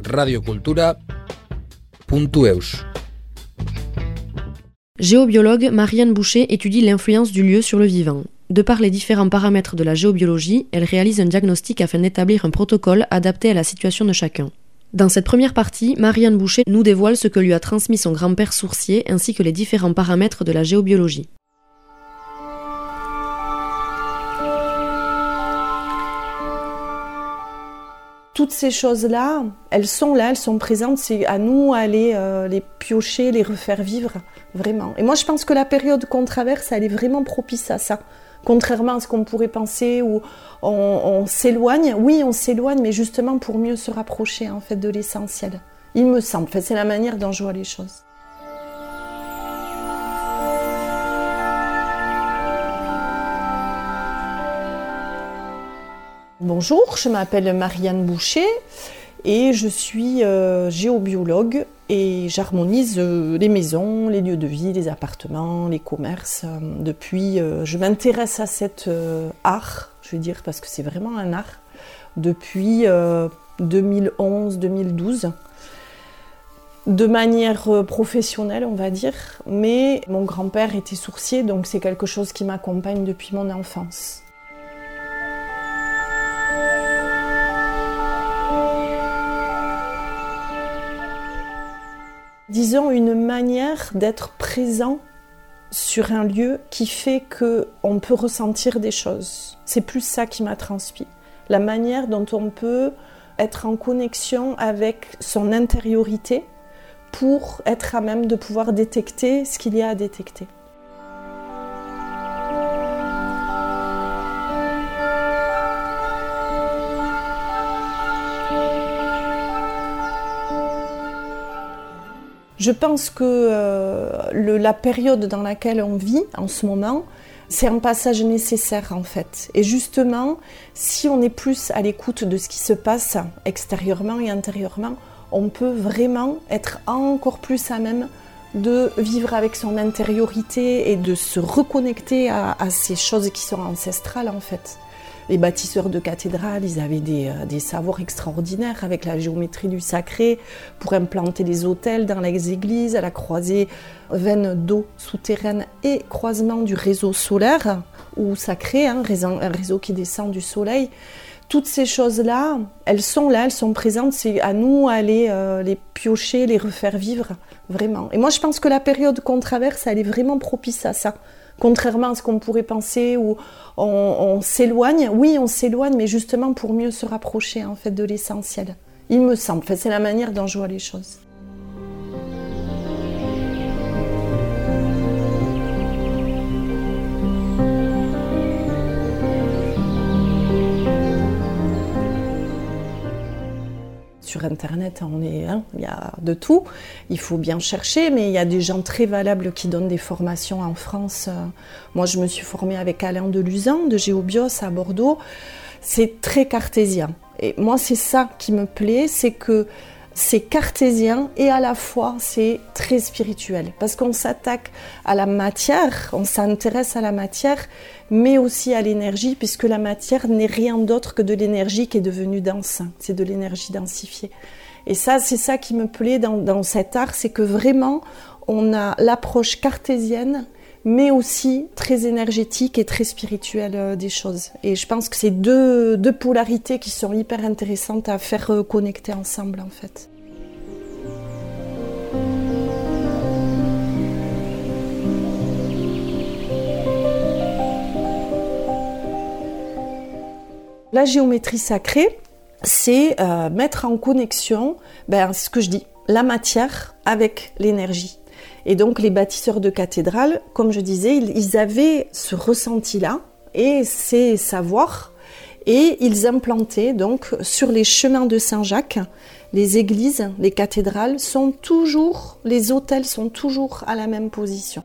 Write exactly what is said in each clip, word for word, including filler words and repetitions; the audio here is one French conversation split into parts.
radiocultura punto eus. Géobiologue, Marianne Boucher étudie l'influence du lieu sur le vivant. De par les différents paramètres de la géobiologie, elle réalise un diagnostic afin d'établir un protocole adapté à la situation de chacun. Dans cette première partie, Marianne Boucher nous dévoile ce que lui a transmis son grand-père sourcier ainsi que les différents paramètres de la géobiologie. Toutes ces choses-là, elles sont là, elles sont présentes, c'est à nous à aller euh, les piocher, les refaire vivre, vraiment. Et moi je pense que la période qu'on traverse, elle est vraiment propice à ça. Contrairement à ce qu'on pourrait penser, où on, on s'éloigne, oui on s'éloigne, mais justement pour mieux se rapprocher en fait de l'essentiel. Il me semble, enfin, c'est la manière dont je vois les choses. Bonjour, je m'appelle Marianne Boucher et je suis euh, géobiologue et j'harmonise euh, les maisons, les lieux de vie, les appartements, les commerces. Euh, depuis, euh, je m'intéresse à cet euh, art, je veux dire, parce que c'est vraiment un art, depuis euh, deux mille onze deux mille douze. De manière euh, professionnelle, on va dire, mais mon grand-père était sourcier, donc c'est quelque chose qui m'accompagne depuis mon enfance. Disons une manière d'être présent sur un lieu qui fait qu'on peut ressentir des choses. C'est plus ça qui m'a transmis. La manière dont on peut être en connexion avec son intériorité pour être à même de pouvoir détecter ce qu'il y a à détecter. Je pense que euh, le, la période dans laquelle on vit en ce moment, c'est un passage nécessaire en fait. Et justement, si on est plus à l'écoute de ce qui se passe extérieurement et intérieurement, on peut vraiment être encore plus à même de vivre avec son intériorité et de se reconnecter à, à ces choses qui sont ancestrales en fait. Les bâtisseurs de cathédrales, ils avaient des, euh, des savoirs extraordinaires avec la géométrie du sacré pour implanter les autels dans les églises, à la croisée veine d'eau souterraine et croisement du réseau solaire ou sacré, hein, un réseau qui descend du soleil. Toutes ces choses-là, elles sont là, elles sont présentes, c'est à nous à aller euh, les piocher, les refaire vivre, vraiment. Et moi je pense que la période qu'on traverse, elle est vraiment propice à ça. Contrairement à ce qu'on pourrait penser, où on, on s'éloigne, oui on s'éloigne, mais justement pour mieux se rapprocher en fait de l'essentiel. Il me semble, enfin, c'est la manière dont je vois les choses. Sur Internet, on est, hein, il y a de tout, il faut bien chercher, mais il y a des gens très valables qui donnent des formations en France. Moi, je me suis formée avec Alain Deluzan de Géobios à Bordeaux. C'est très cartésien. Et moi, c'est ça qui me plaît, c'est que c'est cartésien et à la fois c'est très spirituel parce qu'on s'attaque à la matière, on s'intéresse à la matière mais aussi à l'énergie puisque la matière n'est rien d'autre que de l'énergie qui est devenue dense, c'est de l'énergie densifiée. Et ça, c'est ça qui me plaît dans, dans cet art, c'est que vraiment on a l'approche cartésienne mais aussi très énergétique et très spirituelle des choses. Et je pense que c'est deux, deux polarités qui sont hyper intéressantes à faire connecter ensemble, en fait. La géométrie sacrée, c'est euh, mettre en connexion, ben, ce que je dis, la matière avec l'énergie. Et donc les bâtisseurs de cathédrales, comme je disais, ils avaient ce ressenti-là et ces savoirs et ils implantaient donc sur les chemins de Saint-Jacques, les églises, les cathédrales sont toujours, les autels sont toujours à la même position.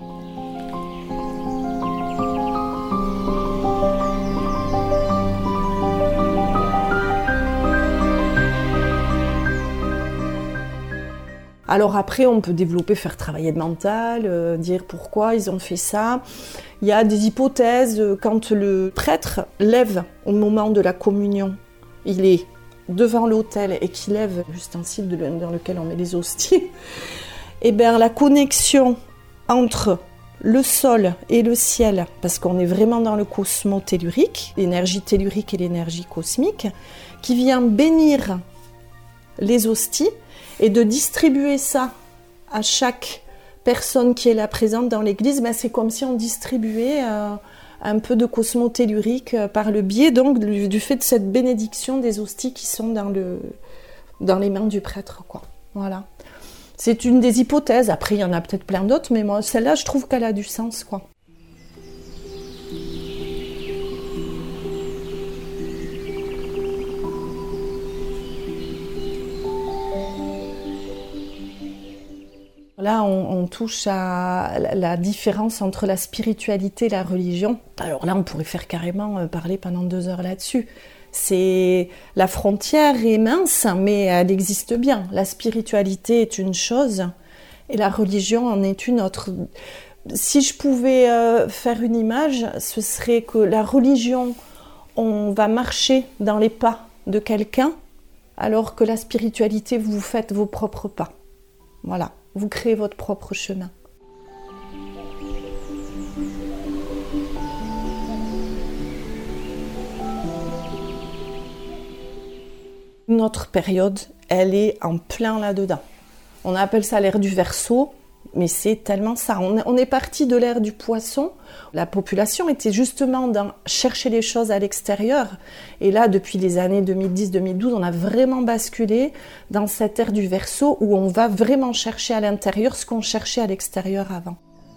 Alors après, on peut développer, faire travailler le mental, euh, dire pourquoi ils ont fait ça. Il y a des hypothèses, quand le prêtre lève au moment de la communion, il est devant l'autel et qui lève l'ustensile dans lequel on met les hosties, et bien la connexion entre le sol et le ciel, parce qu'on est vraiment dans le cosmo-tellurique, l'énergie tellurique et l'énergie cosmique, qui vient bénir les hosties et de distribuer ça à chaque personne qui est là présente dans l'église, ben c'est comme si on distribuait euh, un peu de cosmo-tellurique euh, par le biais donc du, du fait de cette bénédiction des hosties qui sont dans, le, dans les mains du prêtre, quoi. Voilà. C'est une des hypothèses. Après, il y en a peut-être plein d'autres, mais moi, celle-là, je trouve qu'elle a du sens, quoi. Là, on, on touche à la différence entre la spiritualité et la religion. Alors là, on pourrait faire carrément parler pendant deux heures là-dessus. C'est, la frontière est mince, mais elle existe bien. La spiritualité est une chose et la religion en est une autre. Si je pouvais euh, faire une image, ce serait que la religion, on va marcher dans les pas de quelqu'un, alors que la spiritualité, vous faites vos propres pas. Voilà, vous créez votre propre chemin. Notre période, elle est en plein là-dedans. On appelle ça l'ère du Verseau, mais c'est tellement ça. On est parti de l'ère du Poisson. La population était justement dans chercher les choses à l'extérieur. Et là, depuis les années deux mille dix deux mille douze, on a vraiment basculé dans cette ère du Verseau où on va vraiment chercher à l'intérieur ce qu'on cherchait à l'extérieur avant.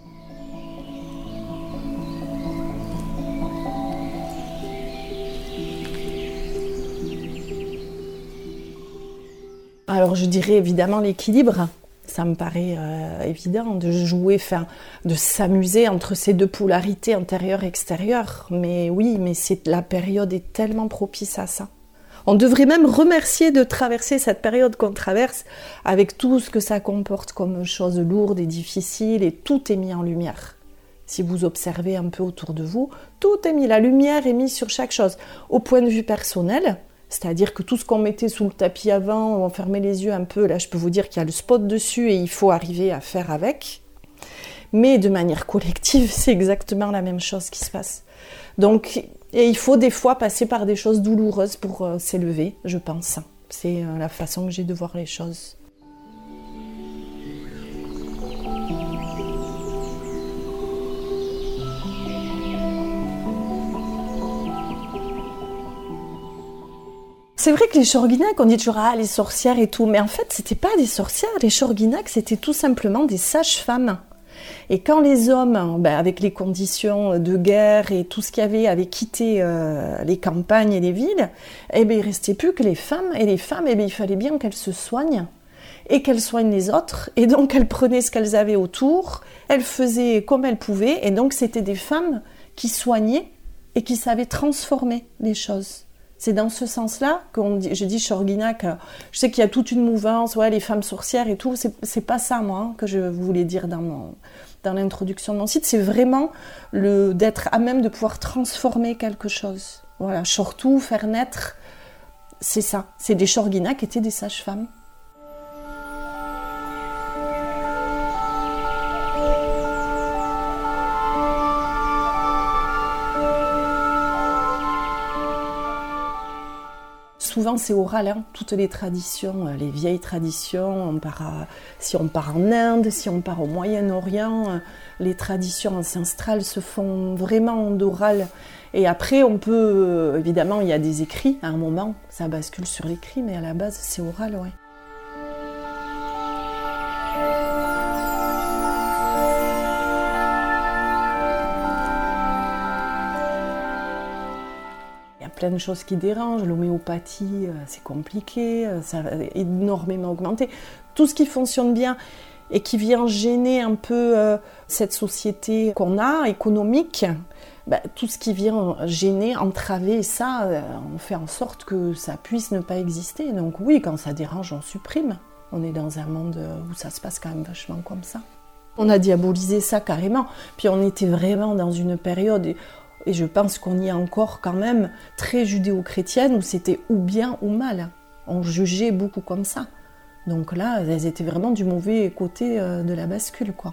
Alors je dirais évidemment l'équilibre, ça me paraît euh, évident de jouer, enfin, de s'amuser entre ces deux polarités intérieure et extérieure. Mais oui, mais c'est, la période est tellement propice à ça. On devrait même remercier de traverser cette période qu'on traverse avec tout ce que ça comporte comme choses lourdes et difficiles, et tout est mis en lumière. Si vous observez un peu autour de vous, tout est mis, la lumière est mise sur chaque chose. Au point de vue personnel, c'est-à-dire que tout ce qu'on mettait sous le tapis avant, on fermait les yeux un peu, là je peux vous dire qu'il y a le spot dessus et il faut arriver à faire avec. Mais de manière collective, c'est exactement la même chose qui se passe. Donc, et il faut des fois passer par des choses douloureuses pour euh, s'élever, je pense. C'est euh, la façon que j'ai de voir les choses. C'est vrai que les Shorginacs, on dit toujours « Ah, les sorcières et tout », mais en fait, c'était pas des sorcières. Les Shorginacs, c'était tout simplement des sages-femmes. Et quand les hommes, ben, avec les conditions de guerre et tout ce qu'il y avait, avaient quitté euh, les campagnes et les villes, eh ben, il ne restait plus que les femmes. Et les femmes, eh ben, il fallait bien qu'elles se soignent et qu'elles soignent les autres. Et donc, elles prenaient ce qu'elles avaient autour, elles faisaient comme elles pouvaient. Et donc, c'était des femmes qui soignaient et qui savaient transformer les choses. C'est dans ce sens-là que dit, je dis Shorginac. Je sais qu'il y a toute une mouvance, ouais, les femmes sorcières et tout. C'est, c'est pas ça, moi, hein, que je voulais dire dans, mon, dans l'introduction de mon site. C'est vraiment le, d'être à même de pouvoir transformer quelque chose. Voilà, surtout faire naître, c'est ça. C'est des Shorginacs qui étaient des sages-femmes. Souvent, c'est oral, hein, toutes les traditions, les vieilles traditions. On part à, si on part en Inde, si on part au Moyen-Orient, les traditions ancestrales se font vraiment d'oral. Et après, on peut, évidemment, il y a des écrits. À un moment, ça bascule sur l'écrit, mais à la base, c'est oral, ouais. Plein de choses qui dérangent, l'homéopathie, c'est compliqué, ça a énormément augmenté. Tout ce qui fonctionne bien et qui vient gêner un peu euh, cette société qu'on a, économique, ben, tout ce qui vient gêner, entraver ça, euh, on fait en sorte que ça puisse ne pas exister. Donc oui, quand ça dérange, on supprime. On est dans un monde où ça se passe quand même vachement comme ça. On a diabolisé ça carrément, puis on était vraiment dans une période... Et je pense qu'on y est encore quand même très judéo-chrétienne, où c'était ou bien ou mal. On jugeait beaucoup comme ça. Donc là, elles étaient vraiment du mauvais côté de la bascule, quoi.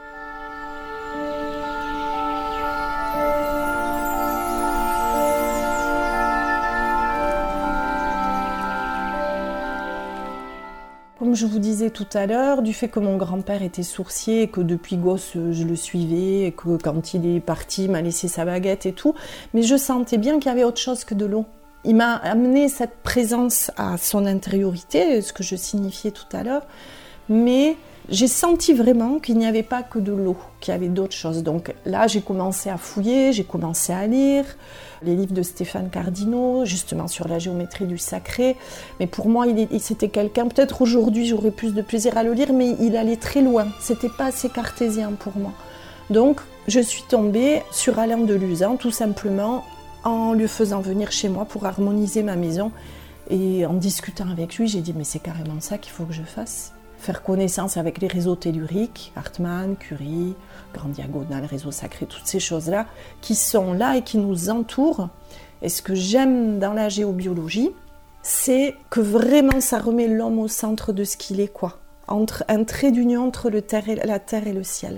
Comme je vous disais tout à l'heure, du fait que mon grand-père était sourcier et que depuis gosse je le suivais et que quand il est parti il m'a laissé sa baguette et tout, mais je sentais bien qu'il y avait autre chose que de l'eau. Il m'a amené cette présence à son intériorité, ce que je signifiais tout à l'heure, mais j'ai senti vraiment qu'il n'y avait pas que de l'eau, qu'il y avait d'autres choses. Donc là, j'ai commencé à fouiller, j'ai commencé à lire les livres de Stéphane Cardino, justement sur la géométrie du sacré. Mais pour moi, il, il, c'était quelqu'un, peut-être aujourd'hui j'aurais plus de plaisir à le lire, mais il allait très loin. C'était pas assez cartésien pour moi. Donc je suis tombée sur Alain de Luzan, tout simplement, en le faisant venir chez moi pour harmoniser ma maison. Et en discutant avec lui, j'ai dit, mais c'est carrément ça qu'il faut que je fasse. Faire connaissance avec les réseaux telluriques, Hartmann, Curie, Grand Diagonal, Réseau Sacré, toutes ces choses-là qui sont là et qui nous entourent. Et ce que j'aime dans la géobiologie, c'est que vraiment ça remet l'homme au centre de ce qu'il est, quoi. Entre, un trait d'union entre le terre et, la terre et le ciel.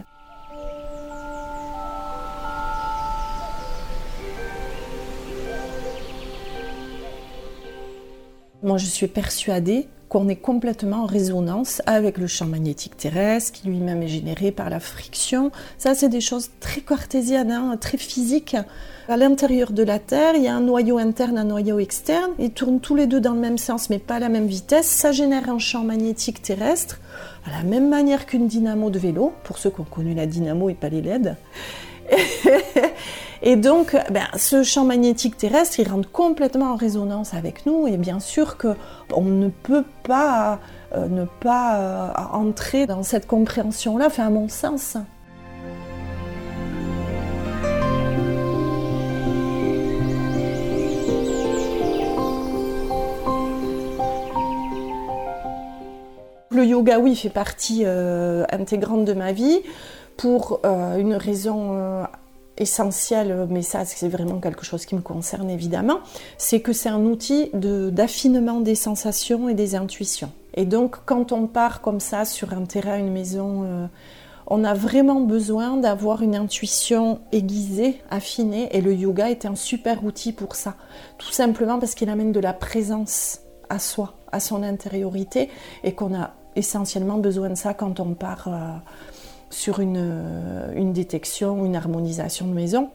Moi, je suis persuadée qu'on est complètement en résonance avec le champ magnétique terrestre, qui lui-même est généré par la friction. Ça, c'est des choses très cartésiennes, hein, très physiques. À l'intérieur de la Terre, il y a un noyau interne, un noyau externe. Ils tournent tous les deux dans le même sens, mais pas à la même vitesse. Ça génère un champ magnétique terrestre, à la même manière qu'une dynamo de vélo, pour ceux qui ont connu la dynamo et pas les L E D. Et donc, ben, ce champ magnétique terrestre, il rentre complètement en résonance avec nous. Et bien sûr qu'on ne peut pas euh, ne pas euh, entrer dans cette compréhension-là, enfin, à mon sens. Le yoga, oui, fait partie euh, intégrante de ma vie pour euh, une raison euh, essentielle, mais ça c'est vraiment quelque chose qui me concerne évidemment, c'est que c'est un outil de, d'affinement des sensations et des intuitions. Et donc quand on part comme ça sur un terrain, une maison, euh, on a vraiment besoin d'avoir une intuition aiguisée, affinée, et le yoga est un super outil pour ça. Tout simplement parce qu'il amène de la présence à soi, à son intériorité, et qu'on a essentiellement besoin de ça quand on part euh, sur une, une détection, une harmonisation de maison.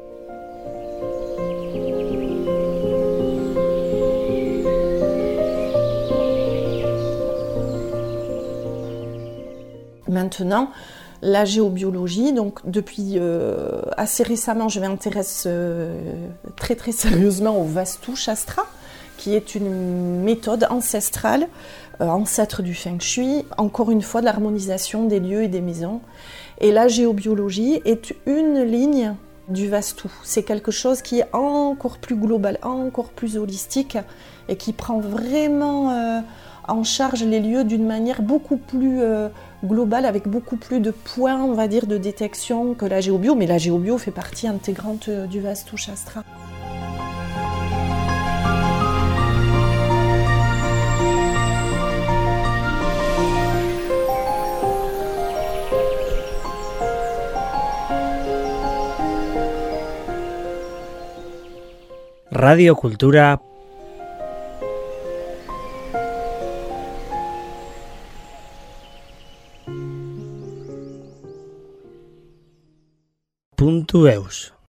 Maintenant, la géobiologie, donc depuis euh, assez récemment, je m'intéresse euh, très très sérieusement au Vastu Shastra, qui est une méthode ancestrale, euh, ancêtre du Feng Shui, encore une fois de l'harmonisation des lieux et des maisons. Et la géobiologie est une ligne du Vastu. C'est quelque chose qui est encore plus global, encore plus holistique et qui prend vraiment euh, en charge les lieux d'une manière beaucoup plus euh, globale, avec beaucoup plus de points, on va dire, de détection que la géobio. Mais la géobio fait partie intégrante du Vastu Shastra. Radio Cultura punto eus